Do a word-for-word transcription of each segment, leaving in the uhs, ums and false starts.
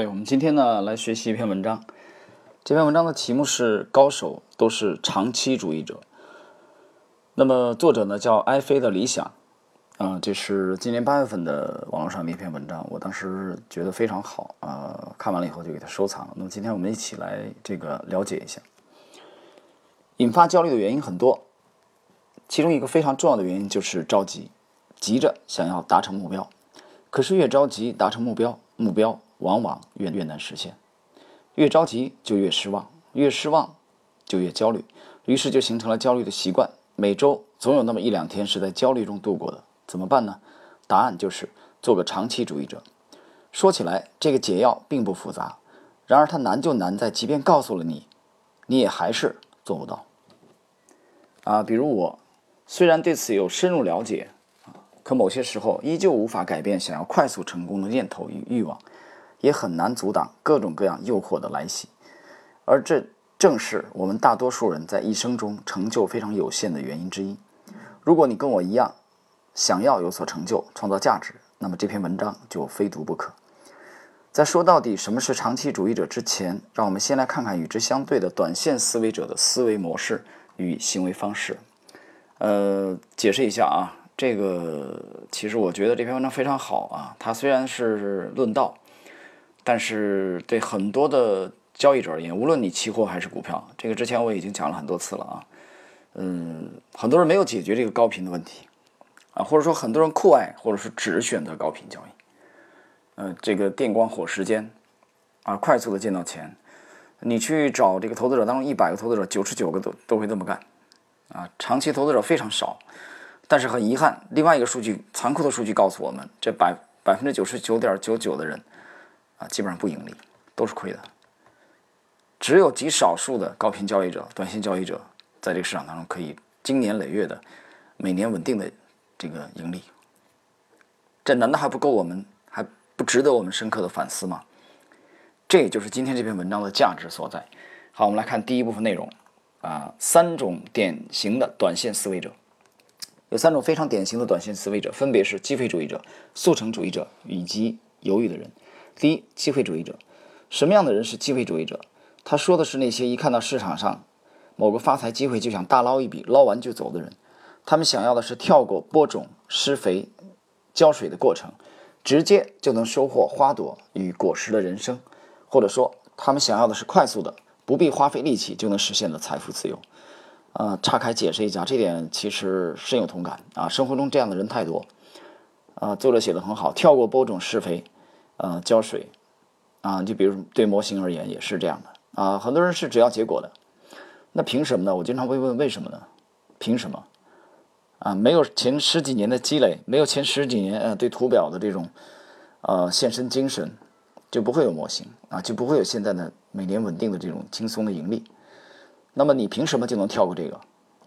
对，我们今天呢来学习一篇文章，这篇文章的题目是高手都是长期主义者。那么作者呢叫埃菲的理想，啊、呃，这是今年八月份的网络上的一篇文章，我当时觉得非常好啊、呃，看完了以后就给它收藏了。那么今天我们一起来这个了解一下，引发焦虑的原因很多，其中一个非常重要的原因就是着急，急着想要达成目标，可是越着急达成目标，目标往往越越难实现，越着急就越失望，越失望就越焦虑，于是就形成了焦虑的习惯。每周总有那么一两天是在焦虑中度过的，怎么办呢？答案就是做个长期主义者。说起来，这个解药并不复杂，然而它难就难在，即便告诉了你，你也还是做不到。啊，比如我，虽然对此有深入了解，可某些时候依旧无法改变想要快速成功的念头与欲望，也很难阻挡各种各样诱惑的来袭，而这正是我们大多数人在一生中成就非常有限的原因之一。如果你跟我一样想要有所成就，创造价值，那么这篇文章就非读不可。在说到底什么是长期主义者之前，让我们先来看看与之相对的短线思维者的思维模式与行为方式。呃，解释一下啊，这个其实我觉得这篇文章非常好啊，它虽然是论道，但是对很多的交易者而言，无论你期货还是股票，这个之前我已经讲了很多次了啊。嗯，很多人没有解决这个高频的问题啊，或者说很多人酷爱或者是只选择高频交易，呃，这个电光火石间啊，快速的见到钱。你去找这个投资者当中一百个投资者，九十九个都都会这么干啊。长期投资者非常少，但是很遗憾，另外一个数据，残酷的数据告诉我们，这百百分之九十九点九九的人啊，基本上不盈利，都是亏的。只有极少数的高频交易者、短线交易者，在这个市场当中可以经年累月的、每年稳定的这个盈利。这难道还不够我们，还不值得我们深刻的反思吗？这也就是今天这篇文章的价值所在。好，我们来看第一部分内容啊，三种典型的短线思维者。有三种非常典型的短线思维者，分别是机会主义者、速成主义者以及犹豫的人。第一，机会主义者。什么样的人是机会主义者？他说的是那些一看到市场上某个发财机会就想大捞一笔，捞完就走的人。他们想要的是跳过播种、施肥、浇水的过程，直接就能收获花朵与果实的人生，或者说他们想要的是快速的，不必花费力气就能实现的财富自由。呃，岔开解释一下，这点其实深有同感啊。生活中这样的人太多啊。作者写得很好，跳过播种、施肥、呃浇水啊，就比如对模型而言也是这样的啊。很多人是只要结果的，那凭什么呢？我经常会问为什么呢？凭什么啊？没有前十几年的积累，没有前十几年呃对图表的这种呃献身精神，就不会有模型啊，就不会有现在的每年稳定的这种轻松的盈利。那么你凭什么就能跳过这个？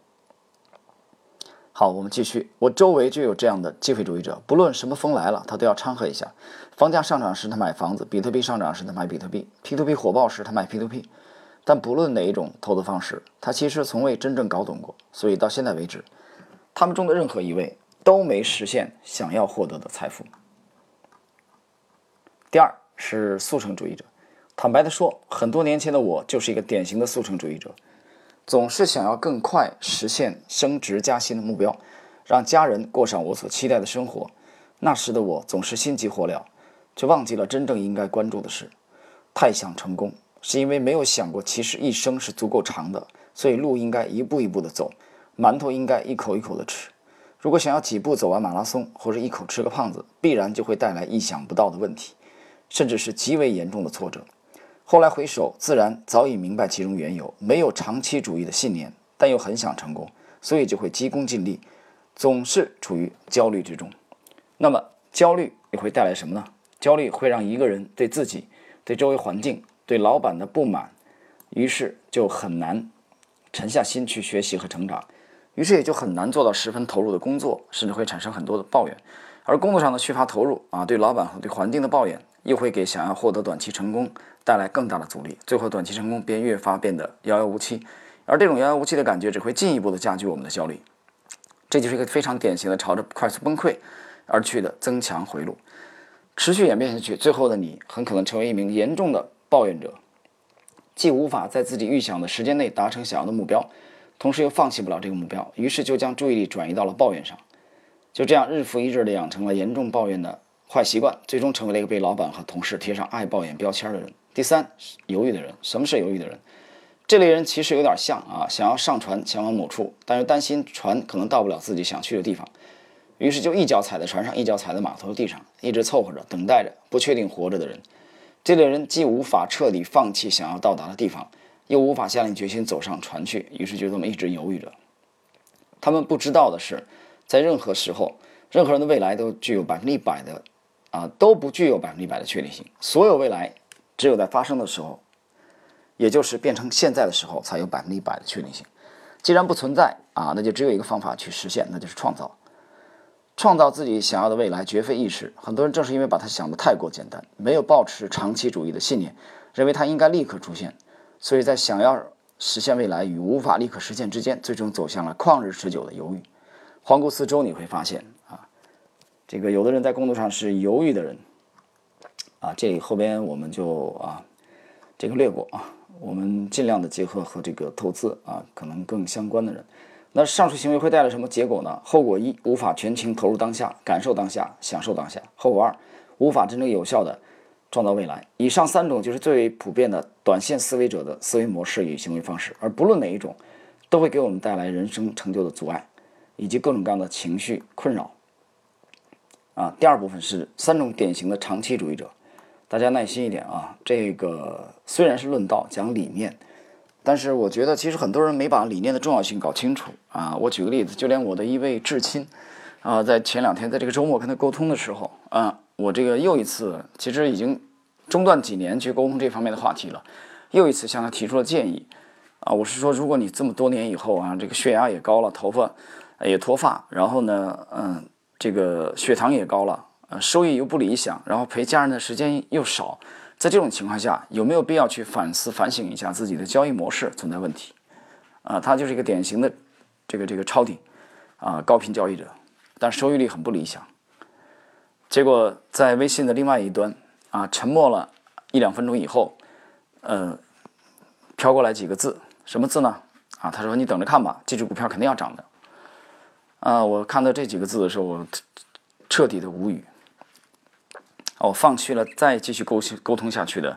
好，我们继续。我周围就有这样的机会主义者，不论什么风来了，他都要掺和一下。房价上涨时他买房子，比特币上涨时他买比特币， P to P 火爆时他买 P to P。 但不论哪一种投资方式，他其实从未真正搞懂过，所以到现在为止，他们中的任何一位都没实现想要获得的财富。第二是速成主义者。坦白地说，很多年前的我就是一个典型的速成主义者，总是想要更快实现升职加薪的目标，让家人过上我所期待的生活。那时的我总是心急火燎，却忘记了真正应该关注的事。太想成功，是因为没有想过其实一生是足够长的，所以路应该一步一步的走，馒头应该一口一口的吃。如果想要几步走完马拉松，或者一口吃个胖子，必然就会带来意想不到的问题，甚至是极为严重的挫折。后来回首，自然早已明白其中缘由，没有长期主义的信念，但又很想成功，所以就会急功近利，总是处于焦虑之中。那么焦虑也会带来什么呢？焦虑会让一个人对自己、对周围环境、对老板的不满，于是就很难沉下心去学习和成长，于是也就很难做到十分投入的工作，甚至会产生很多的抱怨。而工作上的缺乏投入啊，对老板和对环境的抱怨，又会给想要获得短期成功带来更大的阻力，最后短期成功便越发变得遥遥无期，而这种遥遥无期的感觉只会进一步的加剧我们的焦虑。这就是一个非常典型的朝着快速崩溃而去的增强回路。 持续演变下去，最后的你很可能成为一名严重的抱怨者，既无法在自己预想的时间内达成想要的目标，同时又放弃不了这个目标，于是就将注意力转移到了抱怨上，就这样日复一日地养成了严重抱怨的坏习惯，最终成为了一个被老板和同事贴上爱抱怨标签的人。第三，犹豫的人。什么是犹豫的人？这类人其实有点像啊，想要上船前往某处，但是担心船可能到不了自己想去的地方，于是就一脚踩在船上，一脚踩在码头地上，一直凑合着等待着，不确定活着的人。这类人既无法彻底放弃想要到达的地方，又无法下定决心走上船去，于是就这么一直犹豫着。他们不知道的是，在任何时候，任何人的未来都具有百分之一百的啊，都不具有百分之一百的确定性。所有未来只有在发生的时候，也就是变成现在的时候，才有百分之一百的确定性。既然不存在啊，那就只有一个方法去实现，那就是创造。创造自己想要的未来绝非易事，很多人正是因为把它想得太过简单，没有抱持长期主义的信念，认为它应该立刻出现，所以在想要实现未来与无法立刻实现之间，最终走向了旷日持久的犹豫。环顾四周，你会发现啊，这个有的人在工作上是犹豫的人啊，这里后边我们就啊这个略过啊，我们尽量的结合和这个投资啊可能更相关的人。那上述行为会带来什么结果呢？后果一，无法全情投入当下，感受当下，享受当下。后果二，无法真正有效的创造未来。以上三种就是最为普遍的短线思维者的思维模式与行为方式，而不论哪一种，都会给我们带来人生成就的阻碍，以及各种各样的情绪困扰。啊，第二部分是三种典型的长期主义者，大家耐心一点啊。这个虽然是论道讲理念，但是我觉得其实很多人没把理念的重要性搞清楚啊。我举个例子，就连我的一位至亲啊，在前两天在这个周末跟他沟通的时候啊，我这个又一次其实已经中断几年去沟通这方面的话题了，又一次向他提出了建议啊。我是说，如果你这么多年以后啊，这个血压也高了，头发也脱发，然后呢，嗯，这个血糖也高了，呃，收益又不理想，然后陪家人的时间又少。在这种情况下，有没有必要去反思反省一下自己的交易模式存在问题？啊，他就是一个典型的这个这个抄底啊高频交易者，但收益率很不理想。结果在微信的另外一端啊，沉默了一两分钟以后，呃，飘过来几个字，什么字呢？啊，他说你等着看吧，这只股票肯定要涨的。啊，我看到这几个字的时候，我彻底的无语。我放弃了再继续沟沟通下去的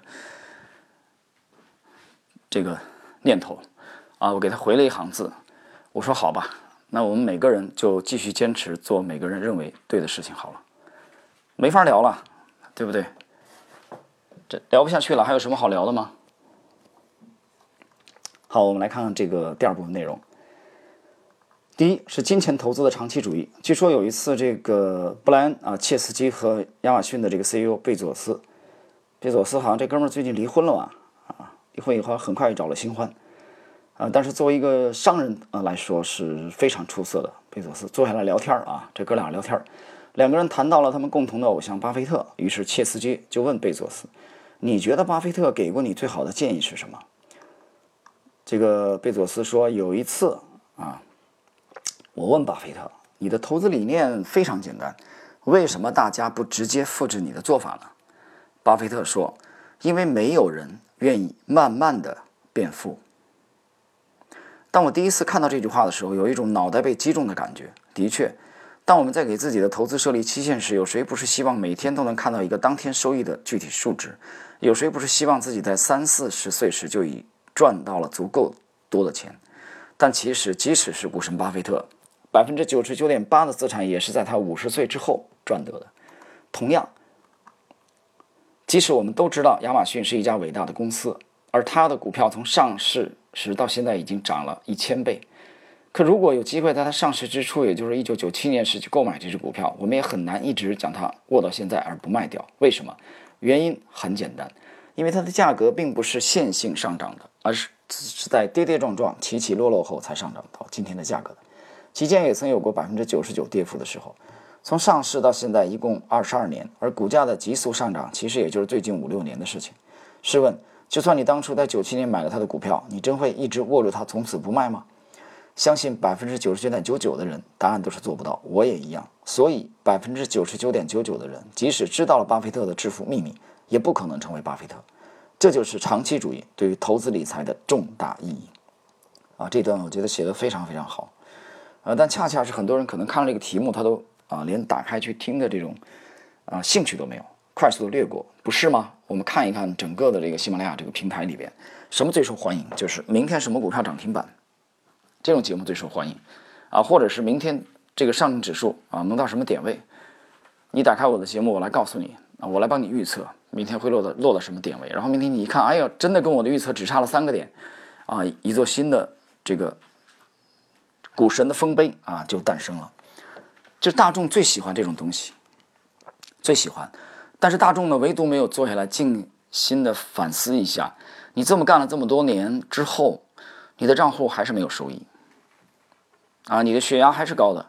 这个念头啊！我给他回了一行字，我说好吧，那我们每个人就继续坚持做每个人认为对的事情好了，没法聊了，对不对？这聊不下去了，还有什么好聊的吗？好，我们来看看这个第二部分内容。第一是金钱投资的长期主义。据说有一次，这个布莱恩啊切斯基和亚马逊的这个 C E O 贝佐斯，贝佐斯好像这哥们儿最近离婚了吧？啊，离婚以后很快又找了新欢，啊，但是作为一个商人啊来说是非常出色的。贝佐斯坐下来聊天啊，这哥俩聊天，两个人谈到了他们共同的偶像巴菲特。于是切斯基就问贝佐斯：“你觉得巴菲特给过你最好的建议是什么？”这个贝佐斯说：“有一次啊。”我问巴菲特，你的投资理念非常简单，为什么大家不直接复制你的做法呢？巴菲特说，因为没有人愿意慢慢的变富。当我第一次看到这句话的时候，有一种脑袋被击中的感觉。的确，当我们在给自己的投资设立期限时，有谁不是希望每天都能看到一个当天收益的具体数值？有谁不是希望自己在三四十岁时就已赚到了足够多的钱？但其实，即使是股神巴菲特，百分之九十九点八的资产也是在他五十岁之后赚得的。同样，即使我们都知道亚马逊是一家伟大的公司，而它的股票从上市时到现在已经涨了一千倍，可如果有机会在它上市之初，也就是一九九七年时去购买这只股票，我们也很难一直将它握到现在而不卖掉。为什么？原因很简单，因为它的价格并不是线性上涨的，而是是在跌跌撞撞、起起落落后才上涨到今天的价格的。期间也曾有过百分之九十九跌幅的时候，从上市到现在一共二十二年，而股价的急速上涨其实也就是最近五六年的事情。试问，就算你当初在九七年买了它的股票，你真会一直握住它从此不卖吗？ 相信百分之九十九点九九的人答案都是做不到，我也一样。所以百分之九十九点九九的人，即使知道了巴菲特的致富秘密，也不可能成为巴菲特。这就是长期主义对于投资理财的重大意义。啊，这段我觉得写得非常非常好。呃，但恰恰是很多人可能看了这个题目，他都啊连打开去听的这种啊兴趣都没有，快速的略过，不是吗？我们看一看整个的这个喜马拉雅这个平台里边，什么最受欢迎？就是明天什么股票涨停板。这种节目最受欢迎，啊，或者是明天这个上证指数啊能到什么点位？你打开我的节目，我来告诉你啊，我来帮你预测明天会落到落到什么点位。然后明天你一看，哎呦，真的跟我的预测只差了三个点，啊，一座新的这个股神的丰碑啊就诞生了。就大众最喜欢这种东西，最喜欢。但是大众呢，唯独没有坐下来静心的反思一下，你这么干了这么多年之后，你的账户还是没有收益。啊，你的血压还是高的，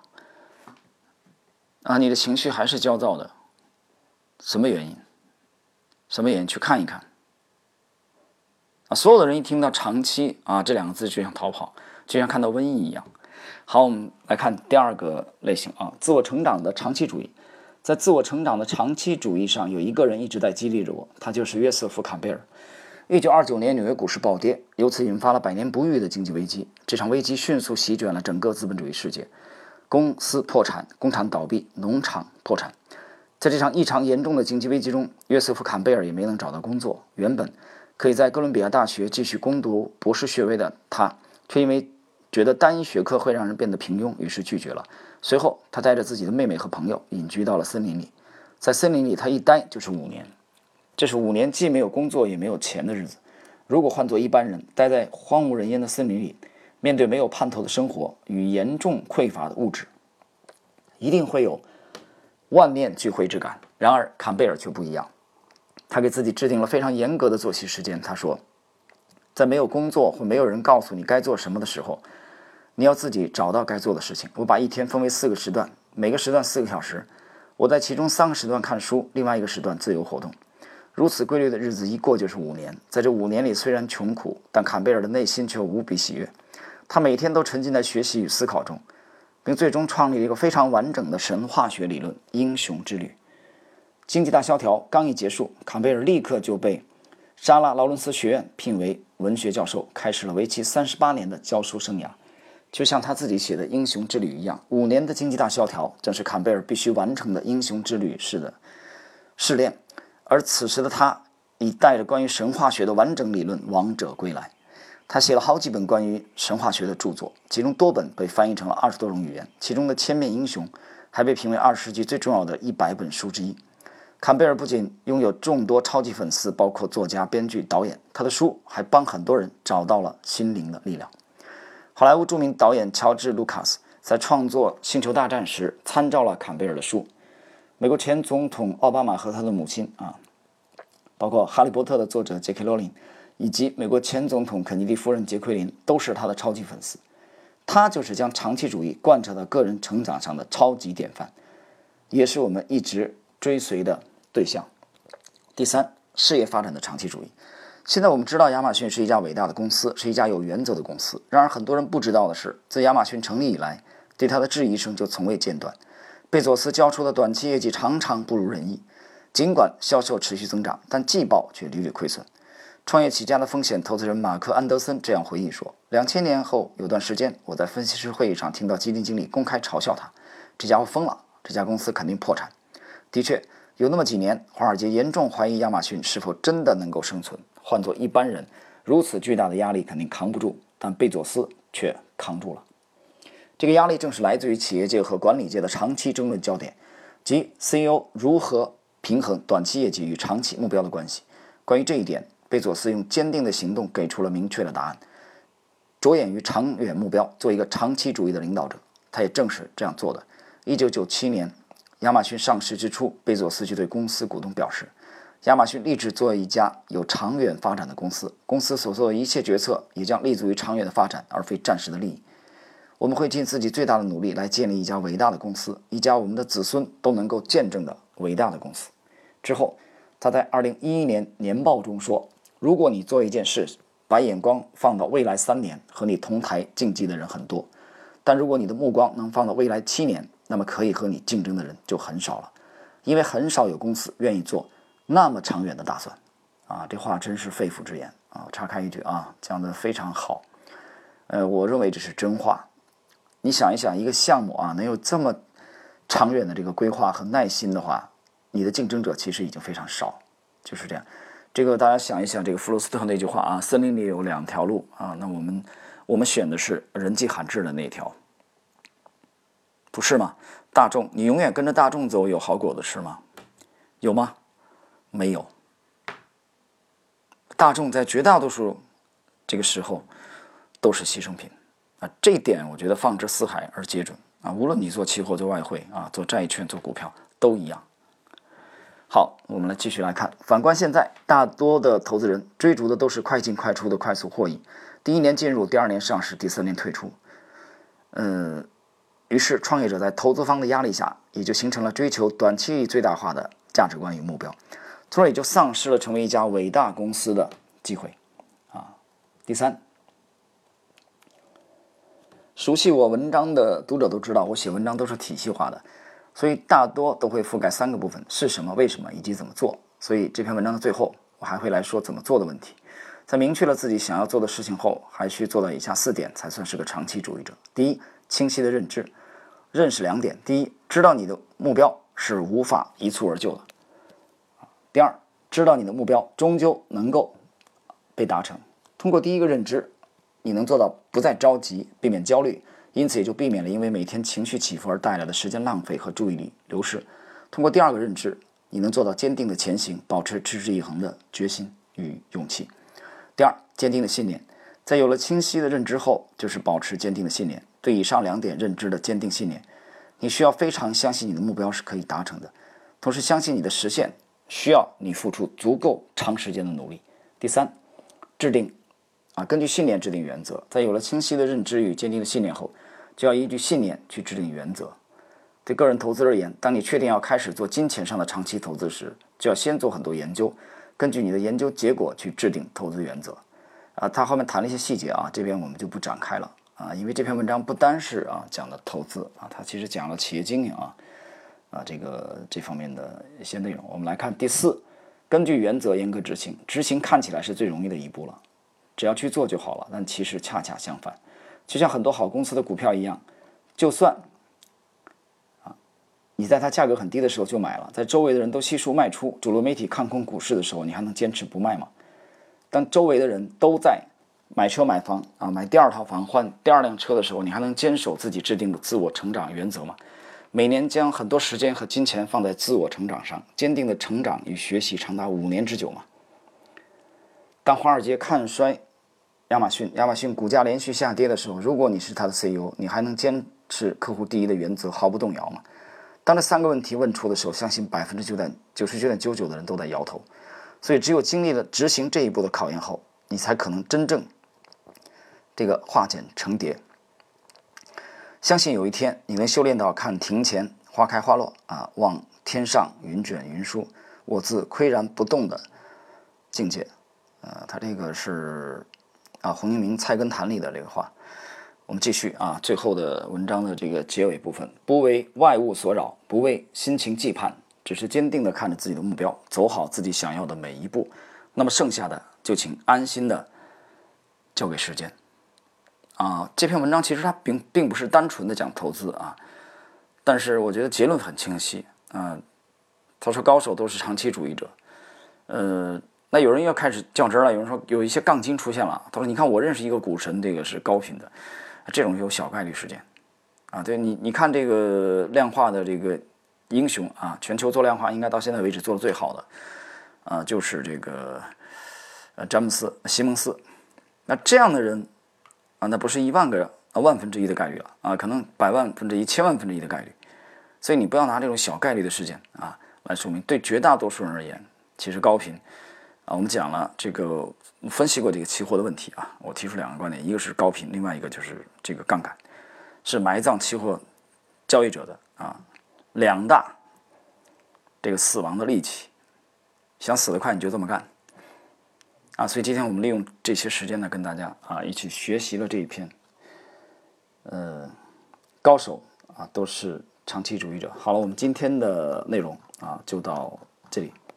啊，你的情绪还是焦躁的，什么原因？什么原因？去看一看。啊，所有的人一听到长期啊这两个字就想逃跑，就像看到瘟疫一样。好，我们来看第二个类型啊，自我成长的长期主义。在自我成长的长期主义上，有一个人一直在激励着我，他就是约瑟夫·坎贝尔。一九二九年纽约股市暴跌，由此引发了百年不遇的经济危机。这场危机迅速席卷了整个资本主义世界，公司破产，工厂倒闭，农场破产。在这场异常严重的经济危机中，约瑟夫·坎贝尔也没能找到工作。原本可以在哥伦比亚大学继续攻读博士学位的他，却因为觉得单一学科会让人变得平庸，于是拒绝了。随后，他带着自己的妹妹和朋友隐居到了森林里。在森林里，他一待就是五年。这是五年既没有工作也没有钱的日子。如果换作一般人，待在荒无人烟的森林里，面对没有盼头的生活与严重匮乏的物质，一定会有万念俱灰之感。然而坎贝尔却不一样，他给自己制定了非常严格的作息时间。他说，在没有工作或没有人告诉你该做什么的时候，你要自己找到该做的事情。我把一天分为四个时段，每个时段四个小时，我在其中三个时段看书，另外一个时段自由活动。如此规律的日子一过就是五年。在这五年里，虽然穷苦，但坎贝尔的内心却无比喜悦。他每天都沉浸在学习与思考中，并最终创立了一个非常完整的神话学理论——英雄之旅。经济大萧条刚一结束，坎贝尔立刻就被莎拉·劳伦斯学院聘为文学教授，开始了为期三十八年的教书生涯。就像他自己写的《英雄之旅》一样，五年的经济大萧条正是坎贝尔必须完成的英雄之旅式的试炼。而此时的他已带着关于神话学的完整理论王者归来。他写了好几本关于神话学的著作，其中多本被翻译成了二十多种语言，其中的《千面英雄》还被评为二十世纪最重要的一百本书之一。坎贝尔不仅拥有众多超级粉丝，包括作家、编剧、导演，他的书还帮很多人找到了心灵的力量。好莱坞著名导演乔治·卢卡斯在创作《星球大战》时参照了坎贝尔的书。美国前总统奥巴马和他的母亲啊，包括《哈利波特》的作者杰克·罗琳，以及美国前总统肯尼迪夫人杰奎琳，都是他的超级粉丝。他就是将长期主义贯彻到个人成长上的超级典范，也是我们一直追随的对象。第三，事业发展的长期主义。现在我们知道亚马逊是一家伟大的公司，是一家有原则的公司。然而很多人不知道的是，自亚马逊成立以来，对它的质疑声就从未间断。贝佐斯交出的短期业绩常常不如人意，尽管销售持续增长，但季报却屡屡亏损。创业起家的风险投资人马克·安德森这样回忆说，两千年后有段时间，我在分析师会议上听到基金经理公开嘲笑他，这家伙疯了，这家公司肯定破产。的确，有那么几年，华尔街严重怀疑亚马逊是否真的能够生存。换作一般人，如此巨大的压力肯定扛不住，但贝佐斯却扛住了。这个压力正是来自于企业界和管理界的长期争论焦点，即 C E O 如何平衡短期业绩与长期目标的关系。关于这一点，贝佐斯用坚定的行动给出了明确的答案，着眼于长远目标，做一个长期主义的领导者。他也正是这样做的。一九九七年，亚马逊上市之初，贝佐斯就对公司股东表示，亚马逊立志作为一家有长远发展的公司，公司所做的一切决策也将立足于长远的发展，而非暂时的利益。我们会尽自己最大的努力来建立一家伟大的公司，一家我们的子孙都能够见证的伟大的公司。之后，他在二零一一年年报中说，如果你做一件事，把眼光放到未来三年，和你同台竞技的人很多， 但如果你的目光能放到未来七年，那么可以和你竞争的人就很少了，因为很少有公司愿意做那么长远的打算啊。这话真是肺腑之言啊！插开一句啊，讲得非常好，呃，我认为这是真话。你想一想，一个项目啊，能有这么长远的这个规划和耐心的话，你的竞争者其实已经非常少，就是这样。这个大家想一想，这个弗罗斯特那句话啊，森林里有两条路啊，那我们我们选的是人迹罕至的那条，不是吗？大众，你永远跟着大众走，有好果子吃吗？有吗？没有。大众在绝大多数这个时候都是牺牲品啊，这一点我觉得放之四海而皆准啊，无论你做期货、做外汇啊、做债券、做股票都一样。好，我们来继续来看。反观现在，大多的投资人追逐的都是快进快出的快速获益，第一年进入，第二年上市，第三年退出。嗯，于是创业者在投资方的压力下，也就形成了追求短期利益最大化的价值观与目标，从而也就丧失了成为一家伟大公司的机会啊。第三，熟悉我文章的读者都知道，我写文章都是体系化的。所以大多都会覆盖三个部分：是什么、为什么以及怎么做。所以这篇文章的最后，我还会来说怎么做的问题。在明确了自己想要做的事情后，还需做到以下四点，才算是个长期主义者。第一，清晰的认知，认识两点：第一，知道你的目标是无法一蹴而就的；第二，知道你的目标终究能够被达成。通过第一个认知，你能做到不再着急，避免焦虑。因此也就避免了因为每天情绪起伏而带来的时间浪费和注意力流失。通过第二个认知，你能做到坚定的前行，保持持之以恒的决心与勇气。第二，坚定的信念，在有了清晰的认知后，就是保持坚定的信念。对以上两点认知的坚定信念，你需要非常相信你的目标是可以达成的，同时相信你的实现需要你付出足够长时间的努力。第三，制定啊，根据信念制定原则，在有了清晰的认知与坚定的信念后，就要依据信念去制定原则。对个人投资而言，当你确定要开始做金钱上的长期投资时，就要先做很多研究，根据你的研究结果去制定投资原则。啊，他后面谈了一些细节啊，这边我们就不展开了啊，因为这篇文章不单是啊讲的投资啊，他其实讲了企业经营啊啊这个这方面的一些内容。我们来看第四，根据原则严格执行。执行看起来是最容易的一步了，只要去做就好了，但其实恰恰相反。就像很多好公司的股票一样，就算啊你在它价格很低的时候就买了，在周围的人都悉数卖出，主流媒体看空股市的时候，你还能坚持不卖吗？当周围的人都在买车买房啊，买第二套房换第二辆车的时候，你还能坚守自己制定的自我成长原则吗？每年将很多时间和金钱放在自我成长上，坚定的成长与学习长达五年之久吗？当华尔街看衰亚马逊，亚马逊股价连续下跌的时候，如果你是他的 C E O， 你还能坚持客户第一的原则毫不动摇吗？当这三个问题问出的时候，相信百分之九点九十九点九九的人都在摇头。所以只有经历了执行这一步的考验后，你才可能真正这个化茧成蝶。相信有一天你能修炼到看庭前花开花落啊，望天上云卷云舒，我自岿然不动的境界。呃，他这个是啊，洪应明《菜根谭》里的这个话。我们继续啊，最后的文章的这个结尾部分，不为外物所扰，不为心情寄盼，只是坚定地看着自己的目标，走好自己想要的每一步。那么剩下的就请安心的交给时间。啊，这篇文章其实它并并不是单纯的讲投资啊，但是我觉得结论很清晰啊。他说高手都是长期主义者，呃。那有人要开始较真了，有人说有一些杠精出现了。他说：“你看，我认识一个股神，这个是高频的，这种有小概率事件啊。对你，你看这个量化的这个英雄啊，全球做量化应该到现在为止做的最好的啊，就是这个呃詹姆斯、西蒙斯。那这样的人啊，那不是一万个啊万分之一的概率了啊，可能百万分之一、千万分之一的概率。所以你不要拿这种小概率的事件啊来说明，对绝大多数人而言，其实高频。”啊，我们讲了这个分析过这个期货的问题啊，我提出两个观点，一个是高频，另外一个就是这个杠杆，是埋葬期货交易者的啊两大这个死亡的利器。想死得快你就这么干啊！所以今天我们利用这些时间呢，跟大家啊一起学习了这一篇呃高手啊都是长期主义者。好了，我们今天的内容啊就到这里。